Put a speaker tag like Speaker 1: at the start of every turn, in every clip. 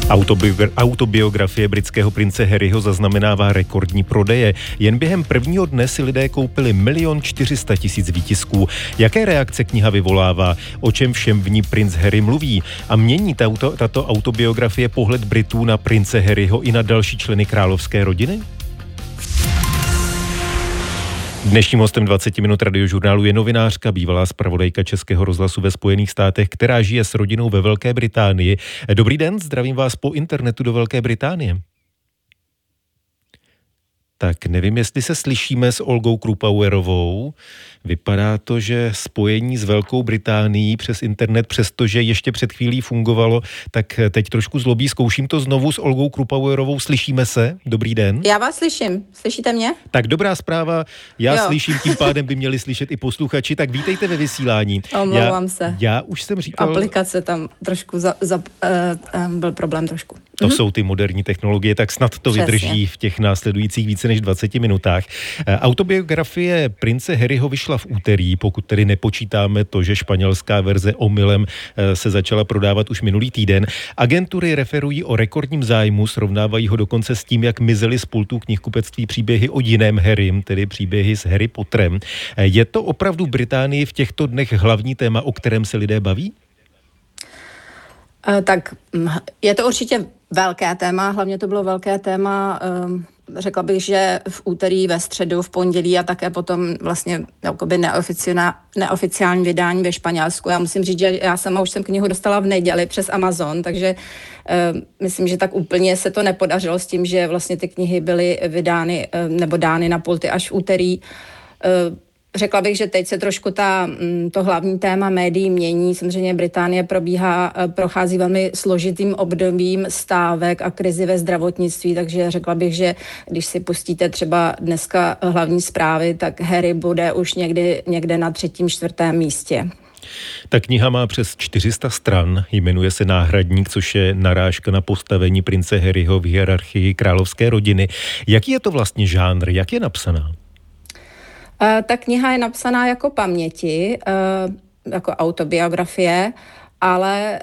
Speaker 1: Autobiografie britského prince Harryho zaznamenává rekordní prodeje. Jen během prvního dne si lidé koupili 1 400 000 výtisků. Jaké reakce kniha vyvolává? O čem všem v ní princ Harry mluví? A mění tato autobiografie pohled Britů na prince Harryho i na další členy královské rodiny? Dnešním hostem 20 minut radiožurnálu je novinářka, bývalá zpravodajka Českého rozhlasu ve Spojených státech, která žije s rodinou ve Velké Británii. Dobrý den, zdravím vás po internetu do Velké Británie. Tak nevím, jestli se slyšíme s Olgou Krupauerovou. Vypadá to, že spojení s Velkou Británií přes internet, přestože ještě před chvílí fungovalo, tak teď trošku zlobí. Zkouším to znovu s Olgou Krupauerovou. Slyšíme se? Dobrý den.
Speaker 2: Já vás slyším. Slyšíte mě?
Speaker 1: Tak dobrá zpráva. Já slyším, tím pádem by měli slyšet i posluchači. Tak vítejte ve vysílání.
Speaker 2: Omlouvám se.
Speaker 1: Já už jsem říkal...
Speaker 2: Aplikace tam trošku byl problém trošku.
Speaker 1: To jsou ty moderní technologie, tak snad to vydrží v těch následujících více než 20 minutách. Autobiografie prince Harryho vyšla v úterý, pokud tedy nepočítáme to, že španělská verze omylem se začala prodávat už minulý týden. Agentury referují o rekordním zájmu, srovnávají ho dokonce s tím, jak mizely z pultů knihkupectví příběhy o jiném Harrym, tedy příběhy s Harry Potterem. Je to opravdu v Británii v těchto dnech hlavní téma, o kterém se lidé baví?
Speaker 2: Tak je to určitě velké téma, hlavně to bylo velké téma, řekla bych, že v úterý, ve středu, v pondělí a také potom vlastně jakoby neoficiální vydání ve Španělsku. Já musím říct, že já sama už jsem knihu dostala v neděli přes Amazon, takže myslím, že tak úplně se to nepodařilo s tím, že vlastně ty knihy byly vydány nebo dány na pulty až v úterý. Řekla bych, že teď se trošku to hlavní téma médií mění. Samozřejmě Británie prochází velmi složitým obdobím stávek a krizi ve zdravotnictví, takže řekla bych, že když si pustíte třeba dneska hlavní zprávy, tak Harry bude už někde na 3., 4. místě.
Speaker 1: Ta kniha má přes 400 stran, jmenuje se Náhradník, což je narážka na postavení prince Harryho v hierarchii královské rodiny. Jaký je to vlastně žánr? Jak je napsaná?
Speaker 2: Ta kniha je napsaná jako paměti, jako autobiografie, ale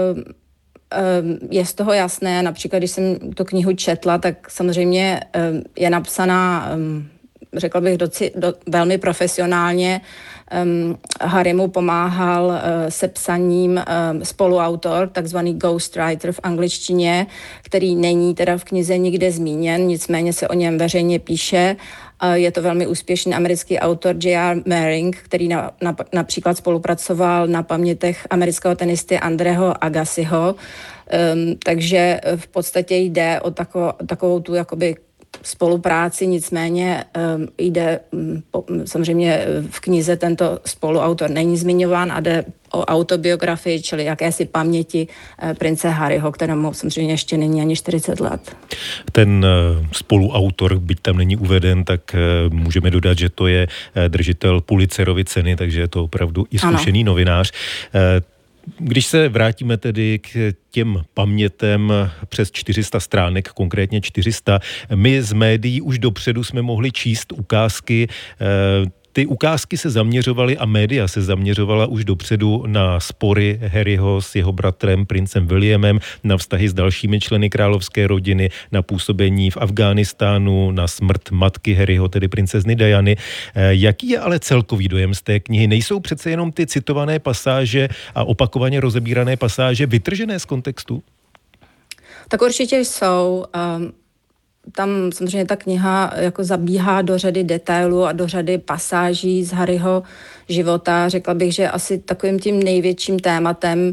Speaker 2: je z toho jasné, například když jsem tu knihu četla, tak samozřejmě je napsaná, řekla bych, velmi profesionálně. Harry mu pomáhal se psaním spoluautor, takzvaný ghostwriter v angličtině, který není teda v knize nikde zmíněn, nicméně se o něm veřejně píše. Je to velmi úspěšný americký autor J.R. Maring, který například spolupracoval na pamětech amerického tenisty Andreho Agassiho. Takže v podstatě jde o takovou tu jakoby spolupráci, nicméně jde, samozřejmě v knize tento spoluautor není zmiňován a jde o autobiografii, čili jakési paměti prince Harryho, kterému samozřejmě ještě není ani 40 let.
Speaker 1: Ten spoluautor, byť tam není uveden, tak můžeme dodat, že to je držitel Pulitzerovy ceny, takže je to opravdu i zkušený novinář. Když se vrátíme tedy k těm pamětem přes 400 stránek, konkrétně 400, my z médií už dopředu jsme mohli číst ukázky. Ty ukázky se zaměřovaly a média se zaměřovala už dopředu na spory Harryho s jeho bratrem, princem Williamem, na vztahy s dalšími členy královské rodiny, na působení v Afghánistánu, na smrt matky Harryho, tedy princezny Diany. Jaký je ale celkový dojem z té knihy? Nejsou přece jenom ty citované pasáže a opakovaně rozebírané pasáže vytržené z kontextu?
Speaker 2: Tak určitě jsou. Tam samozřejmě ta kniha jako zabíhá do řady detailů a do řady pasáží z Harryho života. Řekla bych, že asi takovým tím největším tématem,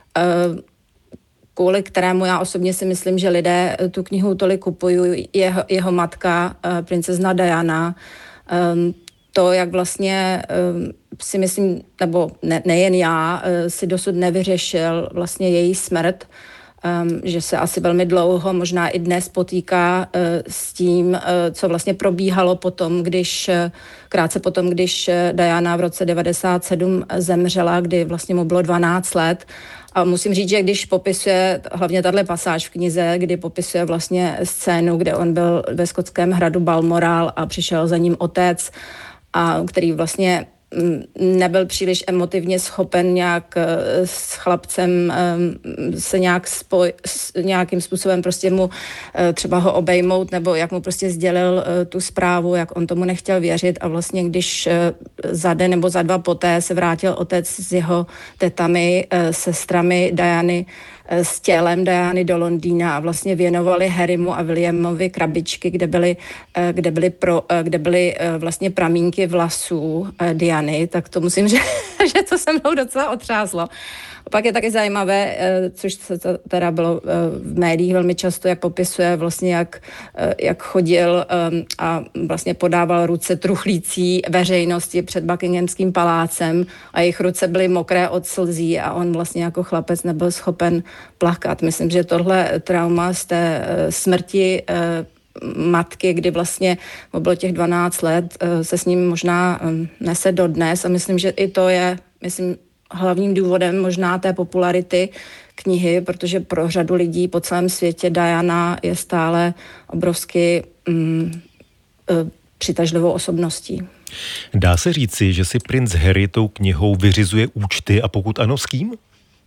Speaker 2: kvůli kterému já osobně si myslím, že lidé tu knihu tolik kupují, je jeho matka, princezna Diana. To, jak vlastně si myslím, nebo nejen já, si dosud nevyřešil vlastně její smrt, že se asi velmi dlouho, možná i dnes potýká s tím, co vlastně probíhalo krátce potom, když Diana v roce 1997 zemřela, kdy vlastně mu bylo 12 let. A musím říct, že když popisuje, hlavně tato pasáž v knize, kdy popisuje vlastně scénu, kde on byl ve skotském hradu Balmoral a přišel za ním otec, a který vlastně nebyl příliš emotivně schopen nějak s chlapcem se nějakým způsobem prostě mu třeba ho obejmout, nebo jak mu prostě sdělil tu zprávu, jak on tomu nechtěl věřit, a vlastně když za den nebo za dva poté se vrátil otec s jeho tetami, sestrami Diany, s tělem Diany do Londýna a vlastně věnovali Harrymu a Williamovi krabičky, kde byly vlastně pramínky vlasů Diany, tak to musím, že to se mnou docela otřáslo. Pak je taky zajímavé, což se teda bylo v médiích velmi často, jak popisuje vlastně, jak chodil a vlastně podával ruce truchlící veřejnosti před Buckinghamským palácem a jejich ruce byly mokré od slzí a on vlastně jako chlapec nebyl schopen plakat. Myslím, že tohle trauma z té smrti matky, kdy vlastně bylo těch 12 let, se s ním možná nese dodnes a myslím, že i to je, hlavním důvodem možná té popularity knihy, protože pro řadu lidí po celém světě Diana je stále obrovsky přitažlivou osobností.
Speaker 1: Dá se říci, že si princ Harry tou knihou vyřizuje účty a pokud ano, s kým?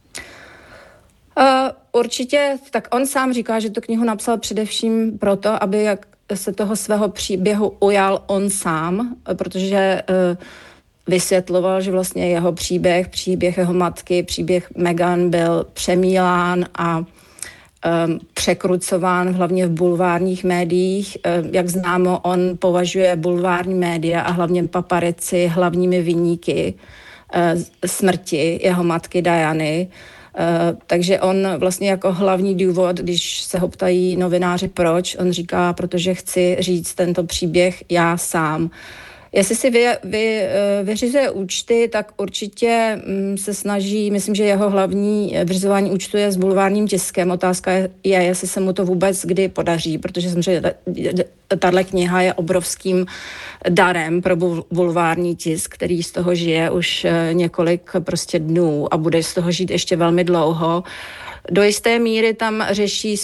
Speaker 2: Určitě, tak on sám říká, že tu knihu napsal především proto, aby se toho svého příběhu ujal on sám, protože vysvětloval, že vlastně jeho příběh jeho matky, příběh Meghan byl přemílán a překrucován hlavně v bulvárních médiích. Jak známo, on považuje bulvární média a hlavně paparazzi hlavními viníky smrti jeho matky Diany. Takže on vlastně jako hlavní důvod, když se ho ptají novináři proč, on říká, protože chci říct tento příběh já sám. Jestli si vyřizuje účty, tak určitě se snaží, myslím, že jeho hlavní vyřizování účtu je s bulvárním tiskem. Otázka je, jestli se mu to vůbec kdy podaří, protože samozřejmě tahle kniha je obrovským darem pro bulvární tisk, který z toho žije už několik prostě dnů a bude z toho žít ještě velmi dlouho. Do jisté míry tam řeší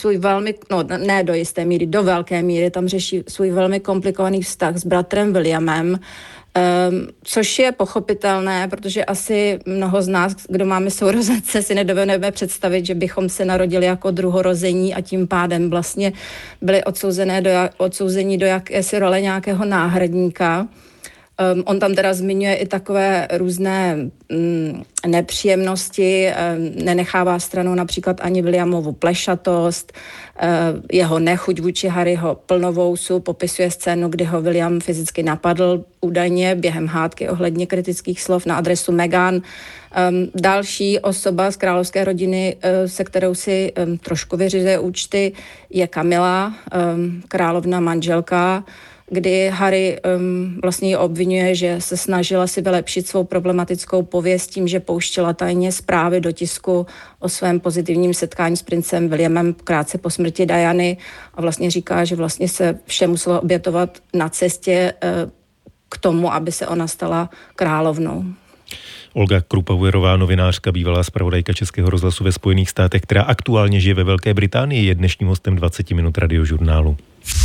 Speaker 2: do velké míry tam řeší svůj velmi komplikovaný vztah s bratrem Williamem, což je pochopitelné, protože asi mnoho z nás, kdo máme sourozence, si nedovedeme představit, že bychom se narodili jako druhorození a tím pádem vlastně byli odsouzeni do jakési role nějakého náhradníka. On tam teda zmiňuje i takové různé nepříjemnosti, nenechává stranou například ani Williamovu plešatost, jeho nechuť vůči Harryho plnovousu, popisuje scénu, kdy ho William fyzicky napadl údajně během hádky ohledně kritických slov na adresu Meghan. Další osoba z královské rodiny, se kterou si trošku vyřizuje účty, je Camilla, královna manželka, kdy Harry vlastně ji obvinuje, že se snažila si vylepšit svou problematickou pověst tím, že pouštěla tajně zprávy do tisku o svém pozitivním setkání s princem Williamem krátce po smrti Diany a vlastně říká, že vlastně se vše muselo obětovat na cestě k tomu, aby se ona stala královnou.
Speaker 1: Olga Krupa-Ujerová, novinářka, bývalá zpravodajka Českého rozhlasu ve Spojených státech, která aktuálně žije ve Velké Británii, je dnešním hostem 20 minut Radiožurnálu.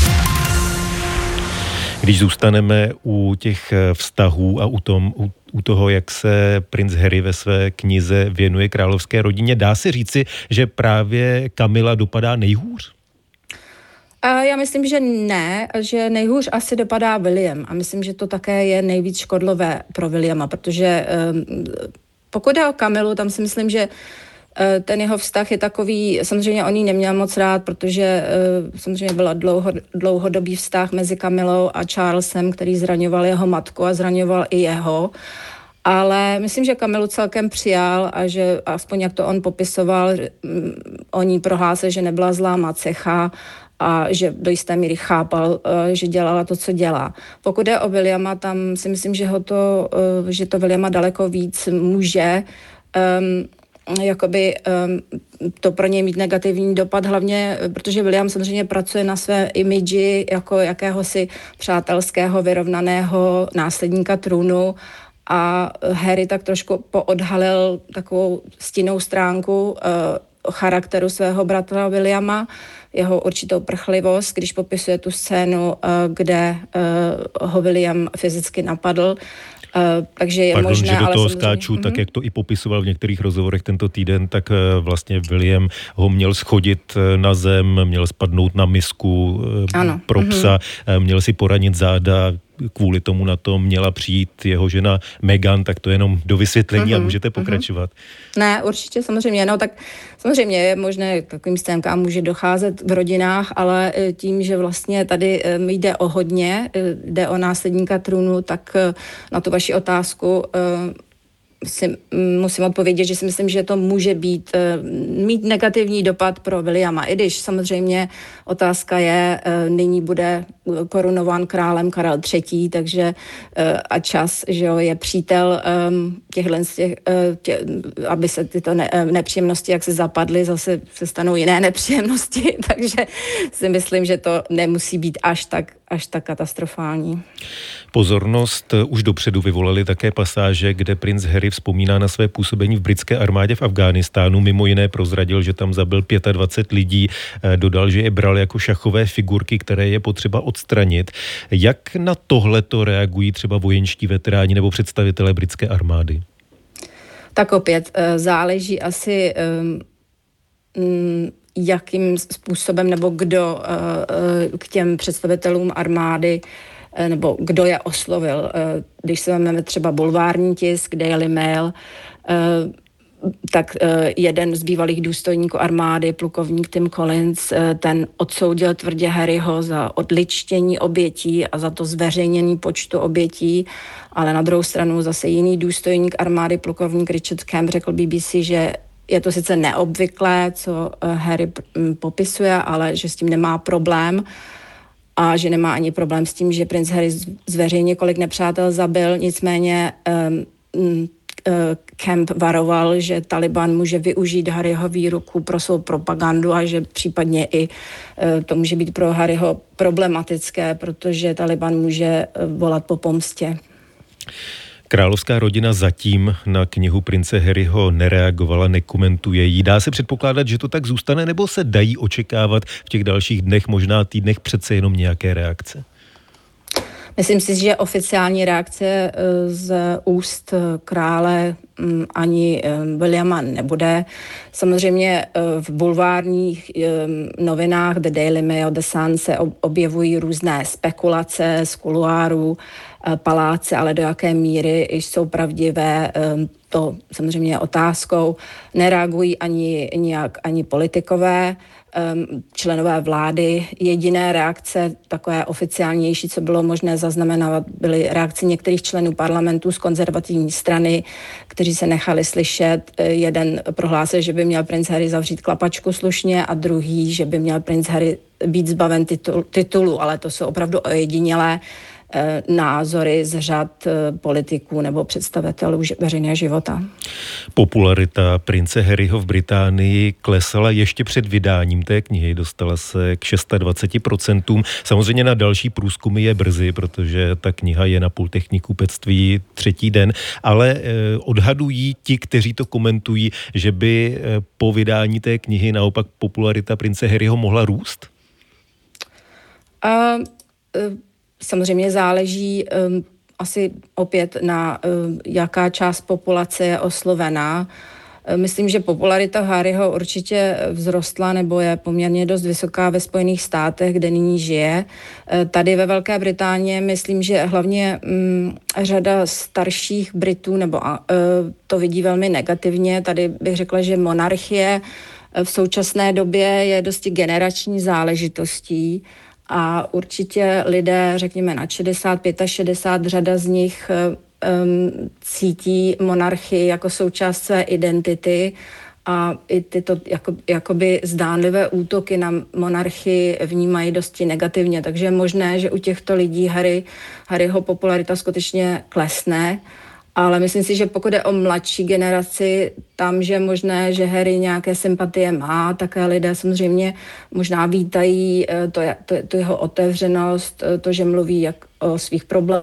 Speaker 1: Když zůstaneme u těch vztahů a u toho, jak se princ Harry ve své knize věnuje královské rodině, dá se říci, že právě Camilla dopadá nejhůř?
Speaker 2: Já myslím, že ne, že nejhůř asi dopadá William a myslím, že to také je nejvíc škodlivé pro Williama, protože pokud jde o Camillu, tam si myslím, že ten jeho vztah je takový, samozřejmě on ji neměl moc rád, protože samozřejmě byl dlouhodobý vztah mezi Camillou a Charlesem, který zraňoval jeho matku a zraňoval i jeho. Ale myslím, že Camillu celkem přijal a že aspoň jak to on popisoval, on jí prohlásil, že nebyla zlá macecha a že do jisté míry chápal, že dělala to, co dělá. Pokud jde o Williama, tam si myslím, že to Williama daleko víc může to pro něj mít negativní dopad, hlavně protože William samozřejmě pracuje na své imidži jako jakéhosi přátelského, vyrovnaného následníka trůnu a Harry tak trošku poodhalil takovou stinnou stránku charakteru svého bratra Williama, jeho určitou prchlivost, když popisuje tu scénu, kde ho William fyzicky napadl. Takže je
Speaker 1: Pardon,
Speaker 2: možné,
Speaker 1: že do
Speaker 2: ale
Speaker 1: toho
Speaker 2: samozřejmě...
Speaker 1: skáču, tak jak to i popisoval v některých rozhovorech tento týden, tak vlastně William ho měl schodit na zem, měl spadnout na misku pro psa, měl si poranit záda, kvůli tomu na to měla přijít jeho žena Meghan, tak to jenom do vysvětlení a můžete pokračovat.
Speaker 2: Ne, určitě, samozřejmě, no tak samozřejmě je možné, k takovým scénkám může docházet v rodinách, ale tím, že vlastně tady jde o hodně, jde o následníka trůnu, tak na tu vaši otázku musím odpovědět, že si myslím, že to může mít negativní dopad pro Williama. I když samozřejmě otázka je, nyní bude korunován králem Karel III., takže a čas, že jo, je přítel aby se tyto nepříjemnosti, jak se zapadly, zase se stanou jiné nepříjemnosti, takže si myslím, že to nemusí být až tak katastrofální.
Speaker 1: Pozornost už dopředu vyvolaly také pasáže, kde princ Harry vzpomíná na své působení v britské armádě v Afghánistánu. Mimo jiné prozradil, že tam zabil 25 lidí, dodal, že je bral jako šachové figurky, které je potřeba odstranit. Jak na tohleto reagují třeba vojenští veteráni nebo představitelé britské armády?
Speaker 2: Tak opět záleží asi jakým způsobem nebo kdo k těm představitelům armády nebo kdo je oslovil. Když se vezmeme třeba bulvární tisk, Daily Mail, tak jeden z bývalých důstojníků armády, plukovník Tim Collins, ten odsoudil tvrdě Harryho za odličtění obětí a za to zveřejnění počtu obětí, ale na druhou stranu zase jiný důstojník armády, plukovník Richard Kemp, řekl BBC, že je to sice neobvyklé, co Harry popisuje, ale že s tím nemá problém a že nemá ani problém s tím, že princ Harry zveřejně kolik nepřátel zabil, nicméně Kemp varoval, že Taliban může využít Harryho výroku pro svou propagandu a že případně i to může být pro Harryho problematické, protože Taliban může volat po pomstě.
Speaker 1: Královská rodina zatím na knihu prince Harryho nereagovala, nekomentuje ji. Dá se předpokládat, že to tak zůstane, nebo se dají očekávat v těch dalších dnech, možná týdnech přece jenom nějaké reakce?
Speaker 2: Myslím si, že oficiální reakce z úst krále ani Williama nebude. Samozřejmě v bulvárních novinách The Daily Mail, The Sun se objevují různé spekulace z kuluárů paláce, ale do jaké míry jsou pravdivé, to samozřejmě je otázkou. Nereagují ani politikové, členové vlády. Jediné reakce, takové oficiálnější, co bylo možné zaznamenat, byly reakce některých členů parlamentu z konzervativní strany, kteří se nechali slyšet. Jeden prohlásil, že by měl princ Harry zavřít klapačku slušně a druhý, že by měl princ Harry být zbaven titulu, ale to jsou opravdu ojedinělé názory z řad politiků nebo představitelů veřejného života.
Speaker 1: Popularita prince Harryho v Británii klesala ještě před vydáním té knihy, dostala se k 26%. Samozřejmě na další průzkumy je brzy, protože ta kniha je na pultech knihkupectví 3. den, ale odhadují ti, kteří to komentují, že by po vydání té knihy naopak popularita prince Harryho mohla růst?
Speaker 2: Samozřejmě záleží asi opět na jaká část populace je oslovená. Myslím, že popularita Harryho určitě vzrostla nebo je poměrně dost vysoká ve Spojených státech, kde nyní žije. Tady ve Velké Británii myslím, že hlavně řada starších Britů nebo to vidí velmi negativně. Tady bych řekla, že monarchie v současné době je dosti generační záležitostí. A určitě lidé, řekněme na 60, 65, řada z nich cítí monarchii jako součást své identity a i tyto jakoby zdánlivé útoky na monarchii vnímají dosti negativně. Takže je možné, že u těchto lidí Harryho popularita skutečně klesne. Ale myslím si, že pokud je o mladší generaci, tam, že je možné, že Harry nějaké sympatie má, také lidé samozřejmě možná vítají to jeho otevřenost, to, že mluví jak o svých problémech.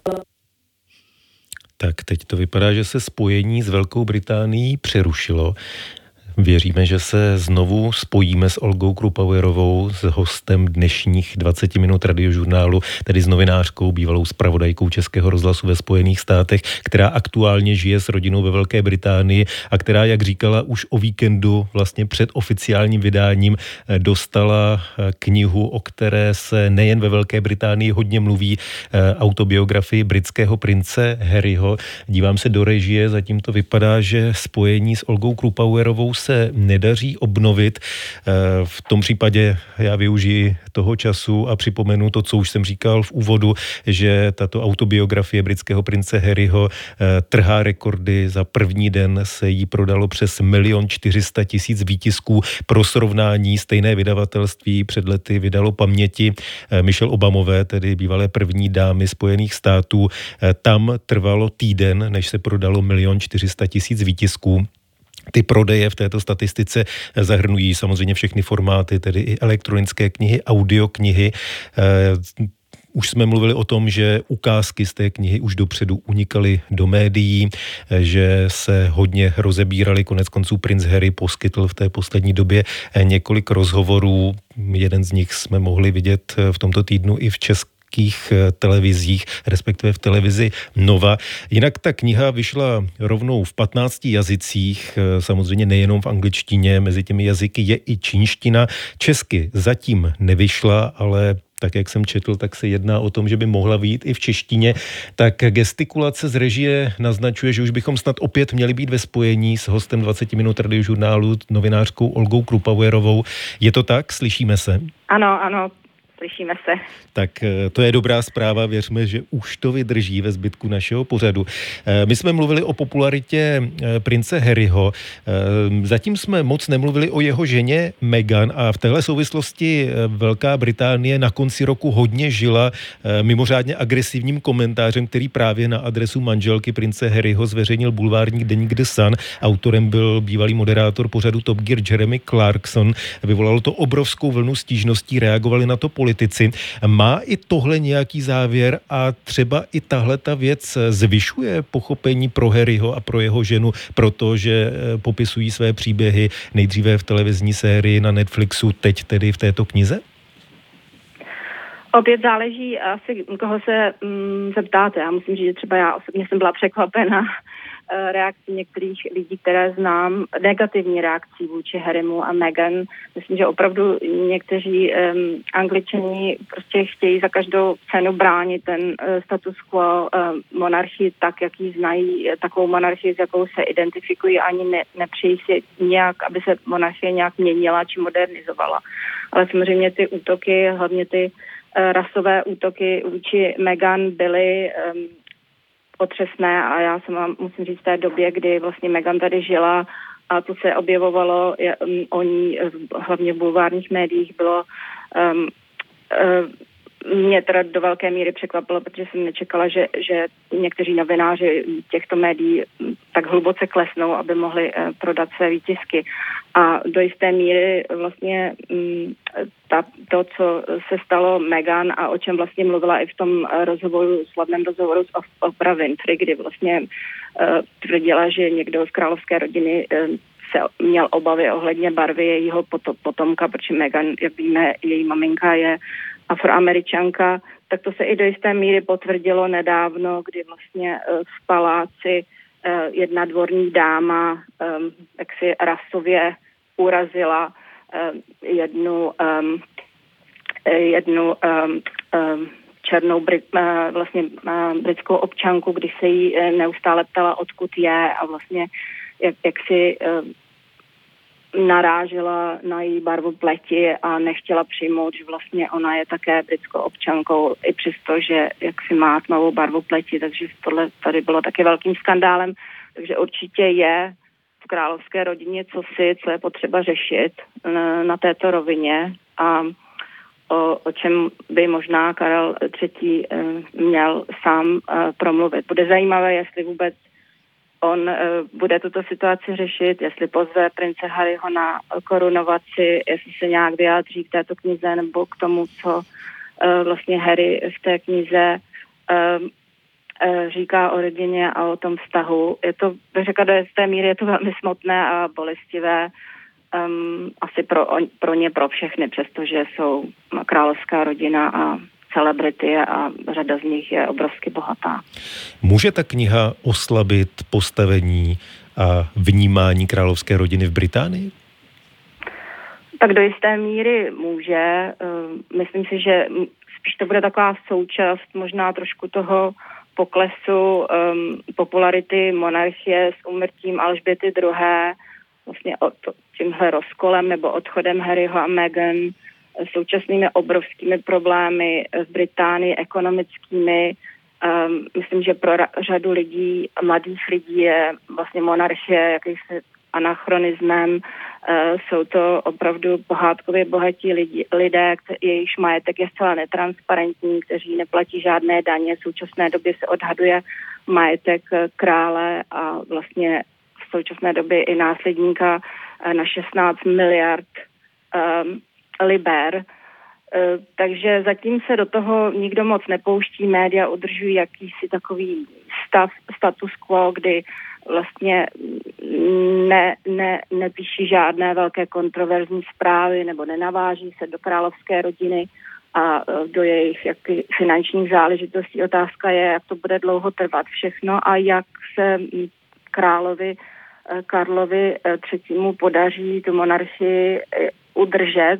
Speaker 1: Tak teď to vypadá, že se spojení s Velkou Británií přerušilo. Věříme, že se znovu spojíme s Olgou Krupauerovou, s hostem dnešních 20 minut radiožurnálu, tedy s novinářkou, bývalou zpravodajkou Českého rozhlasu ve Spojených státech, která aktuálně žije s rodinou ve Velké Británii a která, jak říkala, už o víkendu vlastně před oficiálním vydáním dostala knihu, o které se nejen ve Velké Británii hodně mluví, autobiografii britského prince Harryho. Dívám se do režie, zatím to vypadá, že spojení s Olgou Krupauerovou se nedaří obnovit. V tom případě já využiji toho času a připomenu to, co už jsem říkal v úvodu, že tato autobiografie britského prince Harryho trhá rekordy. Za první den se jí prodalo přes 1 400 000 výtisků. Pro srovnání stejné vydavatelství před lety vydalo Paměti Michelle Obamové, tedy bývalé první dámy Spojených států. Tam trvalo týden, než se prodalo 1 400 000 výtisků. Ty prodeje v této statistice zahrnují samozřejmě všechny formáty, tedy i elektronické knihy, audioknihy. Už jsme mluvili o tom, že ukázky z té knihy už dopředu unikaly do médií, že se hodně rozebíraly. Konec konců princ Harry poskytl v té poslední době několik rozhovorů. Jeden z nich jsme mohli vidět v tomto týdnu i v českých televizích, respektive v televizi Nova. Jinak ta kniha vyšla rovnou v 15 jazycích, samozřejmě nejenom v angličtině, mezi těmi jazyky je i čínština. Česky zatím nevyšla, ale tak, jak jsem četl, tak se jedná o tom, že by mohla vyjít i v češtině. Tak gestikulace z režie naznačuje, že už bychom snad opět měli být ve spojení s hostem 20 minut radiožurnálu, novinářkou Olgou Krupauerovou. Je to tak? Slyšíme se?
Speaker 2: Ano, slyšíme se.
Speaker 1: Tak to je dobrá zpráva, věřme, že už to vydrží ve zbytku našeho pořadu. My jsme mluvili o popularitě prince Harryho, zatím jsme moc nemluvili o jeho ženě Meghan a v téhle souvislosti Velká Británie na konci roku hodně žila mimořádně agresivním komentářem, který právě na adresu manželky prince Harryho zveřejnil bulvární deník The Sun. Autorem byl bývalý moderátor pořadu Top Gear Jeremy Clarkson. Vyvolalo to obrovskou vlnu stížností, reagovali na to politici. Má i tohle nějaký závěr a třeba i tahle ta věc zvyšuje pochopení pro Harryho a pro jeho ženu, protože popisují své příběhy nejdříve v televizní sérii na Netflixu, teď tedy v této knize?
Speaker 2: Opět záleží asi, koho se zeptáte. Já musím říct, že třeba já osobně jsem byla překvapena reakcí některých lidí, které znám, negativní reakcí vůči Harrymu a Meghan. Myslím, že opravdu někteří Angličani prostě chtějí za každou cenu bránit ten status quo monarchii tak, jak ji znají, takovou monarchii, s jakou se identifikují, ani nepřejí si nějak, aby se monarchie nějak měnila či modernizovala. Ale samozřejmě ty útoky, hlavně ty rasové útoky vůči Meghan byly otřesné a já jsem vám musím říct v té době, kdy vlastně Meghan tady žila a to se objevovalo o ní hlavně v bulvárních médiích bylo mě teda do velké míry překvapilo, protože jsem nečekala, že někteří novináři těchto médií tak hluboce klesnou, aby mohli prodat své výtisky. A do jisté míry vlastně to, co se stalo Meghan a o čem vlastně mluvila i v tom slavném rozhovoru s Oprah Winfrey, kdy vlastně tvrdila, že někdo z královské rodiny se měl obavy ohledně barvy jejího potomka, protože Meghan, jak víme, její maminka je Afroameričanka, tak to se i do jisté míry potvrdilo nedávno, kdy vlastně v paláci jedna dvorní dáma jaksi rasově urazila jednu černou vlastně britskou občanku, když se jí neustále ptala, odkud je a vlastně jak si narážela na její barvu pleti a nechtěla přijmout, že vlastně ona je také britskou občankou, i přesto, že jak si má tmavou barvu pleti, takže tohle tady bylo taky velkým skandálem, takže určitě je v královské rodině co je potřeba řešit na této rovině a o čem by možná Karel III. Měl sám promluvit. Bude zajímavé, jestli vůbec on bude tuto situaci řešit, jestli pozve prince Harryho na korunovaci, jestli se nějak vyjádří k této knize nebo k tomu, co vlastně Harry v té knize
Speaker 3: říká o rodině a o tom vztahu. Je to, bych řekla, do jisté míry je to velmi smutné a bolestivé, asi pro ně, pro všechny, přestože jsou královská rodina a celebrity a řada z nich je obrovsky bohatá.
Speaker 1: Může ta kniha oslabit postavení a vnímání královské rodiny v Británii?
Speaker 3: Tak do jisté míry může. Myslím si, že spíš to bude taková součást možná trošku toho poklesu popularity monarchie s úmrtím Alžběty II. Vlastně tímhle rozkolem nebo odchodem Harryho a Meghan, současnými obrovskými problémy v Británii ekonomickými. Myslím, že pro řadu lidí, mladých lidí je vlastně monarchie jakýmsi anachronismem. Jsou to opravdu pohádkově bohatí lidé, jejichž majetek je zcela netransparentní, kteří neplatí žádné daně. V současné době se odhaduje majetek krále a vlastně v současné době i následníka na 16 miliard liber. Takže zatím se do toho nikdo moc nepouští. Média udržují jakýsi takový status quo, kdy vlastně nepíší žádné velké kontroverzní zprávy nebo nenaváží se do královské rodiny a do jejich finančních záležitostí. Otázka je, jak to bude dlouho trvat všechno a jak se královi Karlovi III. Podaří tu monarchii udržet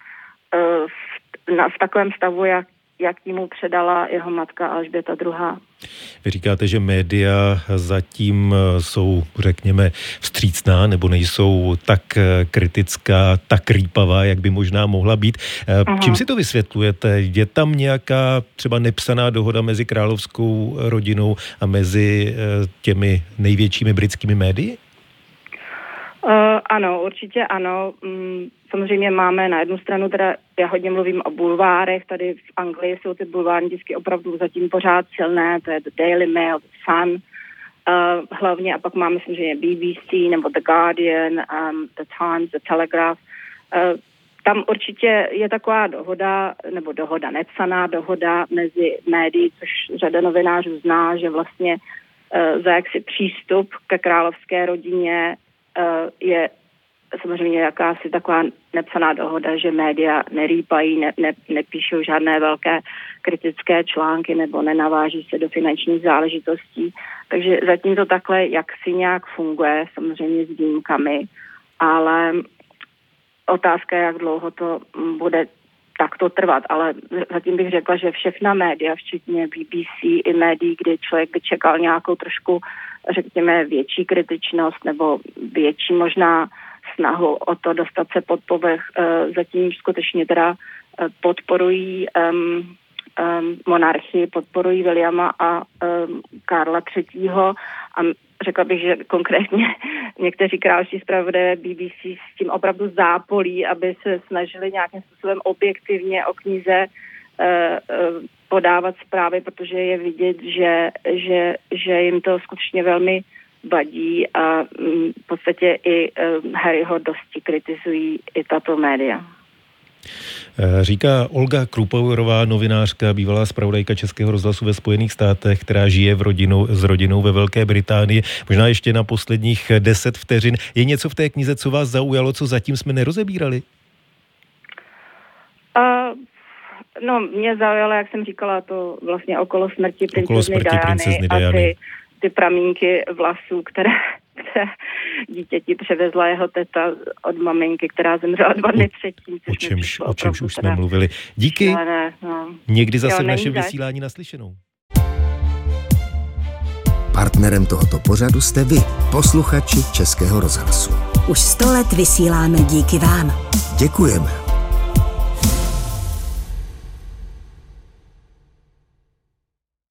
Speaker 3: v takovém stavu, jaký mu předala jeho matka Alžběta II.
Speaker 1: Vy říkáte, že média zatím jsou, řekněme, vstřícná nebo nejsou tak kritická, tak rýpavá, jak by možná mohla být. Čím si to vysvětlujete? Je tam nějaká třeba nepsaná dohoda mezi královskou rodinou a mezi těmi největšími britskými médii?
Speaker 3: Ano, určitě ano. Samozřejmě máme na jednu stranu, teda já hodně mluvím o bulvárech, tady v Anglii jsou ty bulvární tisky opravdu zatím pořád silné, to je The Daily Mail, The Sun, hlavně, a pak máme samozřejmě BBC nebo The Guardian, The Times, The Telegraph. Tam určitě je taková dohoda, nebo nepsaná dohoda mezi médií, což řada novinářů zná, že vlastně za jaksi přístup ke královské rodině je samozřejmě jakási taková nepsaná dohoda, že média nerýpají, nepíšou žádné velké kritické články nebo nenaváží se do finančních záležitostí. Takže zatím to takhle jaksi nějak funguje, samozřejmě s výjimkami, ale otázka je, jak dlouho to bude takto trvat, ale zatím bych řekla, že všechna média, včetně BBC i médií, kdy člověk by čekal nějakou trošku, řekněme, větší kritičnost nebo větší možná snahu o to dostat se pod povrch, zatím skutečně teda podporují monarchii, podporují Williama a Karla III. A řekla bych, že konkrétně někteří královští zpravodajové BBC s tím opravdu zápolí, aby se snažili nějakým způsobem objektivně o knize podávat zprávy, protože je vidět, že jim to skutečně velmi vadí a v podstatě i Harryho dosti kritizují i tato média.
Speaker 1: Říká Olga Krupauerová, novinářka, bývalá zpravodajka Českého rozhlasu ve Spojených státech, která žije s rodinou ve Velké Británii. Možná ještě na posledních 10 vteřin. Je něco v té knize, co vás zaujalo, co zatím jsme nerozebírali?
Speaker 3: No, mě zaujalo, jak jsem říkala, to vlastně okolo smrti princezny Diany. Ty pramínky vlasů, které dítěti převezla jeho teta od maminky, která zemřela 2 dny předtím.
Speaker 1: O čemž už jsme mluvili. Díky. Někdy zase v našem vysílání naslyšenou.
Speaker 4: Partnerem tohoto pořadu jste vy, posluchači Českého rozhlasu.
Speaker 5: Už 100 let vysíláme díky vám.
Speaker 4: Děkujeme.